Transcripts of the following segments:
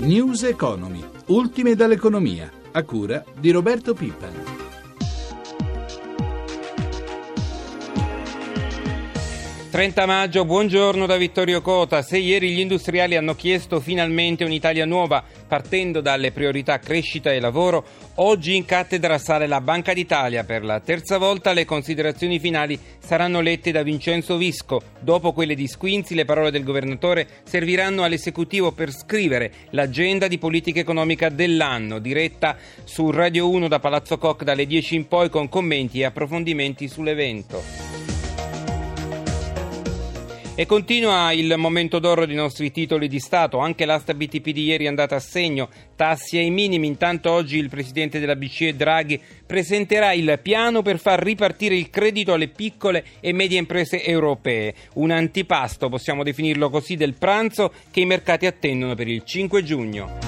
News Economy, ultime dall'economia, a cura di Roberto Pippan. 30 maggio, buongiorno da Vittorio Cota. Se ieri gli industriali hanno chiesto finalmente un'Italia nuova, partendo dalle priorità crescita e lavoro, oggi in cattedra sale la Banca d'Italia. Per la terza volta le considerazioni finali saranno lette da Vincenzo Visco. Dopo quelle di Squinzi, le parole del governatore serviranno all'esecutivo per scrivere l'agenda di politica economica dell'anno, diretta su Radio 1 da Palazzo Koch dalle 10 in poi, con commenti e approfondimenti sull'evento. E continua il momento d'oro dei nostri titoli di Stato. Anche l'asta BTP di ieri è andata a segno, tassi ai minimi. Intanto oggi il presidente della BCE Draghi presenterà il piano per far ripartire il credito alle piccole e medie imprese europee. Un antipasto, possiamo definirlo così, del pranzo che i mercati attendono per il 5 giugno.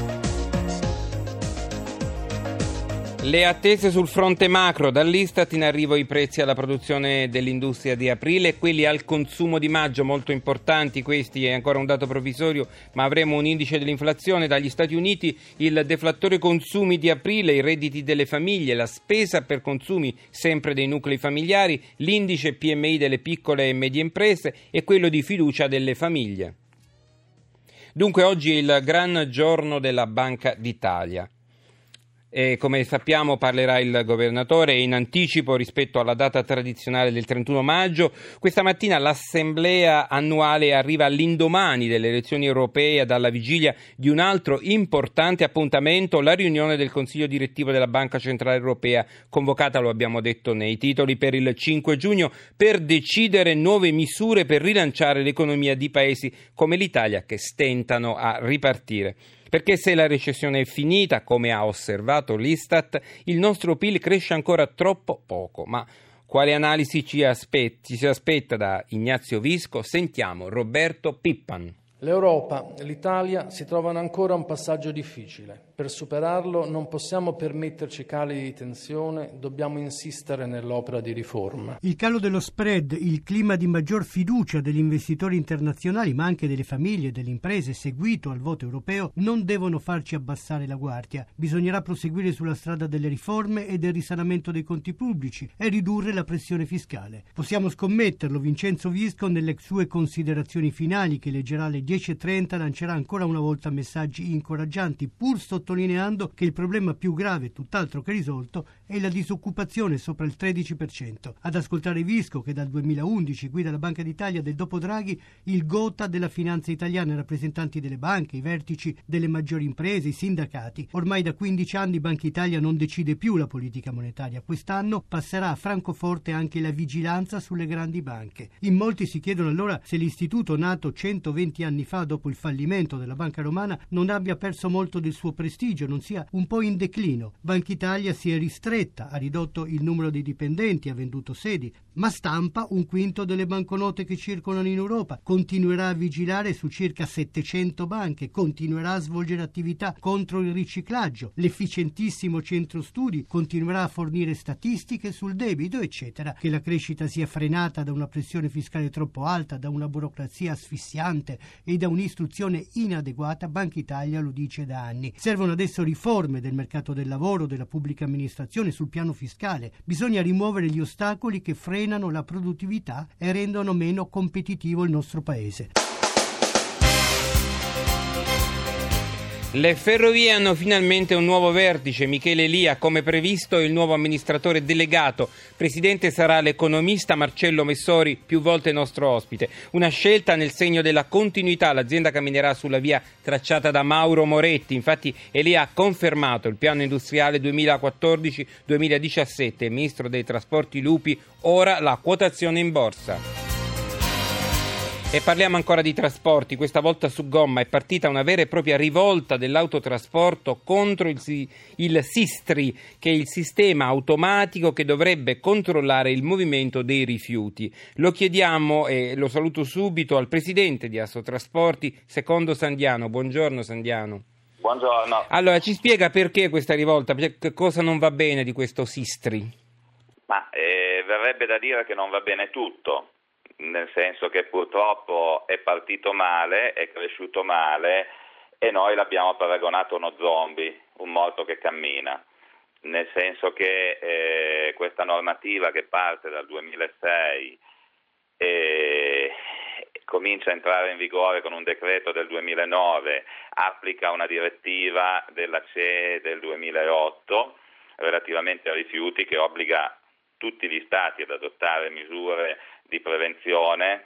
Le attese sul fronte macro, dall'Istat in arrivo i prezzi alla produzione dell'industria di aprile e quelli al consumo di maggio, molto importanti questi, è ancora un dato provvisorio, ma avremo un indice dell'inflazione. Dagli Stati Uniti il deflattore consumi di aprile, i redditi delle famiglie, la spesa per consumi sempre dei nuclei familiari, l'indice PMI delle piccole e medie imprese e quello di fiducia delle famiglie. Dunque oggi è il gran giorno della Banca d'Italia. E come sappiamo parlerà il governatore in anticipo rispetto alla data tradizionale del 31 maggio. Questa mattina l'assemblea annuale arriva all'indomani delle elezioni europee e alla vigilia di un altro importante appuntamento, la riunione del Consiglio direttivo della Banca Centrale Europea, convocata, lo abbiamo detto nei titoli, per il 5 giugno per decidere nuove misure per rilanciare l'economia di paesi come l'Italia che stentano a ripartire. Perché se la recessione è finita, come ha osservato l'Istat, il nostro PIL cresce ancora troppo poco. Ma quale analisi ci si aspetta da Ignazio Visco? Sentiamo Roberto Pippan. L'Europa e l'Italia si trovano ancora a un passaggio difficile. Per superarlo non possiamo permetterci cali di tensione, dobbiamo insistere nell'opera di riforma. Il calo dello spread, il clima di maggior fiducia degli investitori internazionali, ma anche delle famiglie e delle imprese, seguito al voto europeo, non devono farci abbassare la guardia. Bisognerà proseguire sulla strada delle riforme e del risanamento dei conti pubblici e ridurre la pressione fiscale. Possiamo scommetterlo, Vincenzo Visco nelle sue considerazioni finali, che leggerà alle 10:30, lancerà ancora una volta messaggi incoraggianti, pur sottolineando che il problema più grave, tutt'altro che risolto, è la disoccupazione sopra il 13%. Ad ascoltare Visco, che dal 2011 guida la Banca d'Italia del dopo Draghi, il gotha della finanza italiana, i rappresentanti delle banche, i vertici delle maggiori imprese, i sindacati. Ormai da 15 anni Banca Italia non decide più la politica monetaria. Quest'anno passerà a Francoforte anche la vigilanza sulle grandi banche. In molti si chiedono allora se l'istituto nato 120 anni fa dopo il fallimento della Banca Romana non abbia perso molto del suo prestigio, non sia un po' in declino. Banca Italia si è ristretta, ha ridotto il numero dei dipendenti, ha venduto sedi, ma stampa un quinto delle banconote che circolano in Europa, continuerà a vigilare su circa 700 banche, continuerà a svolgere attività contro il riciclaggio, l'efficientissimo centro studi continuerà a fornire statistiche sul debito, eccetera. Che la crescita sia frenata da una pressione fiscale troppo alta, da una burocrazia asfissiante e da un'istruzione inadeguata, Banca Italia lo dice da anni. Servono adesso riforme del mercato del lavoro, della pubblica amministrazione, sul piano fiscale. Bisogna rimuovere gli ostacoli che frenano la produttività e rendono meno competitivo il nostro paese. Le ferrovie hanno finalmente un nuovo vertice, Michele Lia, come previsto il nuovo amministratore delegato. Presidente sarà l'economista Marcello Messori, più volte nostro ospite. Una scelta nel segno della continuità, l'azienda camminerà sulla via tracciata da Mauro Moretti. Infatti Elia ha confermato il piano industriale 2014-2017, ministro dei trasporti Lupi, ora la quotazione in borsa. E parliamo ancora di trasporti, questa volta su gomma. È partita una vera e propria rivolta dell'autotrasporto contro il SISTRI, che è il sistema automatico che dovrebbe controllare il movimento dei rifiuti. Lo chiediamo e lo saluto subito al presidente di Assotrasporti, Secondo Sandiano. Buongiorno Sandiano. Buongiorno. Allora, ci spiega perché questa rivolta, che cosa non va bene di questo SISTRI? Verrebbe da dire che non va bene tutto. Nel senso che purtroppo è partito male, è cresciuto male e noi l'abbiamo paragonato a uno zombie, un morto che cammina, nel senso che questa normativa che parte dal 2006 comincia a entrare in vigore con un decreto del 2009, applica una direttiva della CE del 2008 relativamente ai rifiuti che obbliga tutti gli Stati ad adottare misure di prevenzione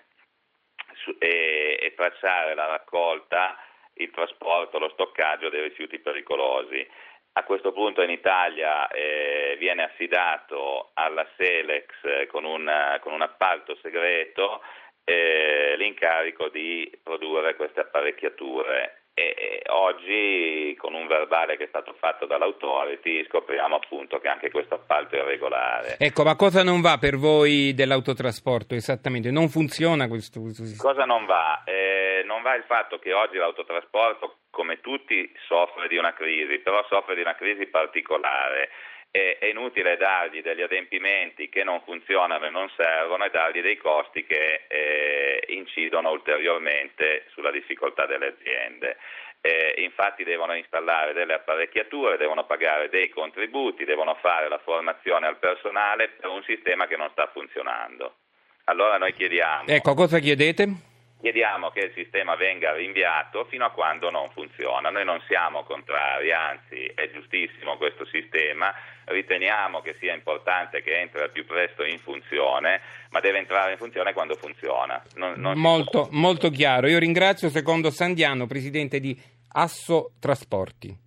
e tracciare la raccolta, il trasporto, lo stoccaggio dei rifiuti pericolosi. A questo punto in Italia viene affidato alla Selex con un appalto segreto l'incarico di produrre queste apparecchiature. E oggi con un verbale che è stato fatto dall'Authority scopriamo appunto che anche questo appalto è irregolare. Ecco, ma cosa non va per voi dell'autotrasporto esattamente? Non funziona questo sistema? Cosa non va? Non va il fatto che oggi l'autotrasporto, come tutti, soffre di una crisi, però soffre di una crisi particolare. È inutile dargli degli adempimenti che non funzionano e non servono e dargli dei costi che incidono ulteriormente sulla difficoltà delle aziende. Infatti devono installare delle apparecchiature, devono pagare dei contributi, devono fare la formazione al personale per un sistema che non sta funzionando. Allora noi chiediamo... Ecco, cosa chiedete? Chiediamo che il sistema venga rinviato fino a quando non funziona. Noi non siamo contrari, anzi è giustissimo questo sistema, riteniamo che sia importante che entri al più presto in funzione, ma deve entrare in funzione quando funziona. Molto chiaro. Io ringrazio Secondo Sandiano, presidente di Asso Trasporti.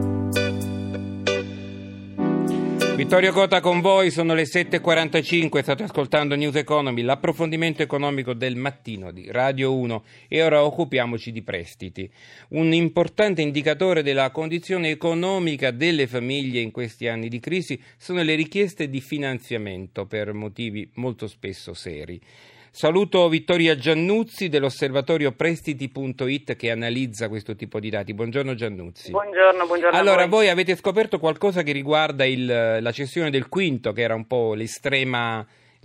Vittorio Cota con voi, sono le 7.45, state ascoltando News Economy, l'approfondimento economico del mattino di Radio 1 e ora occupiamoci di prestiti. Un importante indicatore della condizione economica delle famiglie in questi anni di crisi sono le richieste di finanziamento per motivi molto spesso seri. Saluto Vittoria Giannuzzi dell'osservatorio prestiti.it che analizza questo tipo di dati. Buongiorno Giannuzzi. Buongiorno. Allora, voi avete scoperto qualcosa che riguarda la cessione del quinto, che era un po' l'estremo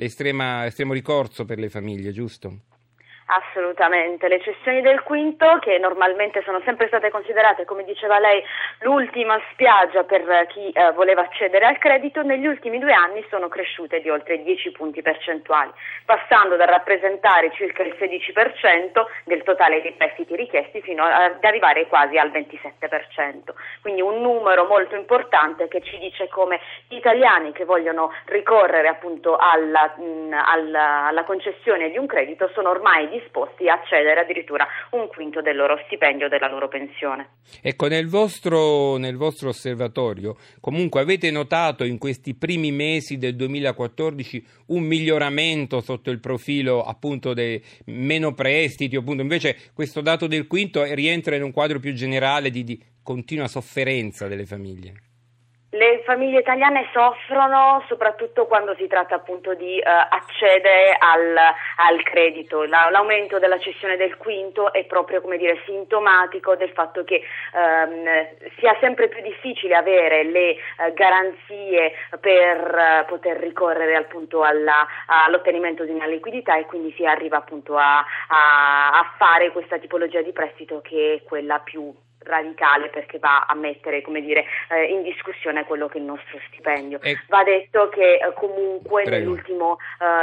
ricorso per le famiglie, giusto? Assolutamente, le cessioni del quinto, che normalmente sono sempre state considerate, come diceva lei, l'ultima spiaggia per chi voleva accedere al credito, negli ultimi 2 anni sono cresciute di oltre 10 punti percentuali, passando da rappresentare circa il 16% del totale dei prestiti richiesti fino ad arrivare quasi al 27%. Quindi un numero molto importante che ci dice come gli italiani che vogliono ricorrere appunto alla concessione di un credito sono ormai disposti a cedere addirittura un quinto del loro stipendio o della loro pensione. Ecco, nel vostro osservatorio comunque avete notato in questi primi mesi del 2014 un miglioramento sotto il profilo appunto dei meno prestiti, appunto invece questo dato del quinto rientra in un quadro più generale di continua sofferenza delle famiglie? Le famiglie italiane soffrono soprattutto quando si tratta appunto di accedere al credito. L'aumento della cessione del quinto è proprio, come dire, sintomatico del fatto che sia sempre più difficile avere le garanzie per poter ricorrere appunto all'ottenimento di una liquidità e quindi si arriva appunto a fare questa tipologia di prestito che è quella più radicale, perché va a mettere, come dire, in discussione quello che è il nostro stipendio. Va detto che comunque nell'ultimo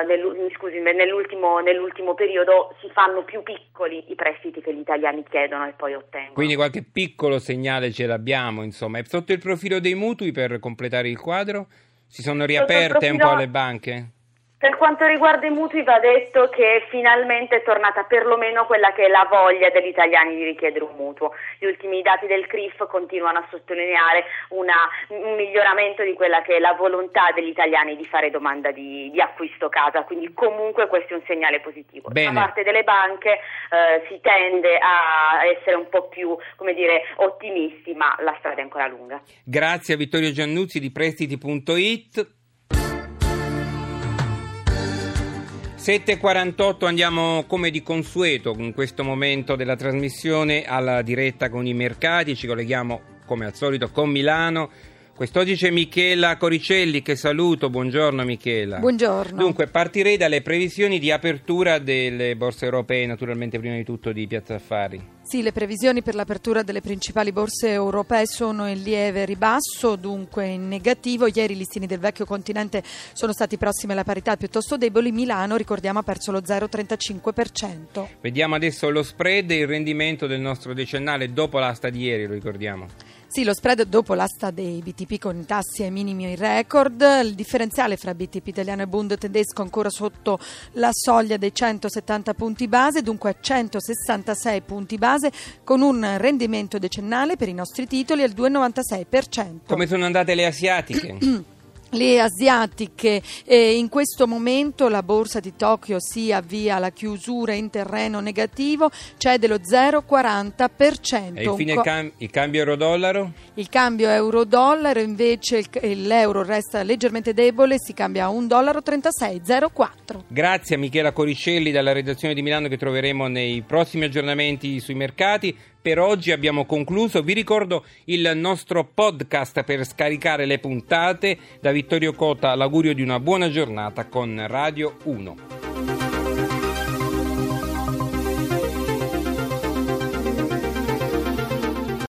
periodo si fanno più piccoli i prestiti che gli italiani chiedono e poi ottengono. Quindi qualche piccolo segnale ce l'abbiamo, insomma. E sotto il profilo dei mutui, per completare il quadro, si sono riaperte un po' le banche? Per quanto riguarda i mutui va detto che finalmente è tornata perlomeno quella che è la voglia degli italiani di richiedere un mutuo. Gli ultimi dati del CRIF continuano a sottolineare un miglioramento di quella che è la volontà degli italiani di fare domanda di acquisto casa, quindi comunque questo è un segnale positivo. Bene. Da parte delle banche si tende a essere un po' più, come dire, ottimisti, ma la strada è ancora lunga. Grazie a Vittorio Giannuzzi di prestiti.it. 7.48, andiamo come di consueto in questo momento della trasmissione alla diretta con i mercati, ci colleghiamo come al solito con Milano, Quest'oggi c'è Michela Coricelli, che saluto. Buongiorno Michela. Buongiorno. Dunque, partirei dalle previsioni di apertura delle borse europee, naturalmente prima di tutto di Piazza Affari. Sì, le previsioni per l'apertura delle principali borse europee sono in lieve ribasso, dunque in negativo. Ieri i listini del vecchio continente sono stati prossimi alla parità, piuttosto deboli. Milano, ricordiamo, ha perso lo 0,35%. Vediamo adesso lo spread e il rendimento del nostro decennale dopo l'asta di ieri, lo ricordiamo. Sì, lo spread dopo l'asta dei BTP con i tassi ai minimi e ai record, il differenziale fra BTP italiano e Bund tedesco ancora sotto la soglia dei 170 punti base, dunque a 166 punti base, con un rendimento decennale per i nostri titoli al 2,96%. Come sono andate le asiatiche? Le asiatiche, in questo momento la borsa di Tokyo si avvia alla chiusura in terreno negativo, cede lo 0,40%. E infine il cambio euro-dollaro? Il cambio euro-dollaro invece l'euro resta leggermente debole, si cambia a $1,36,04. Grazie a Michela Coricelli dalla redazione di Milano, che troveremo nei prossimi aggiornamenti sui mercati. Per oggi abbiamo concluso. Vi ricordo il nostro podcast per scaricare le puntate. Da Vittorio Cota l'augurio di una buona giornata con Radio 1.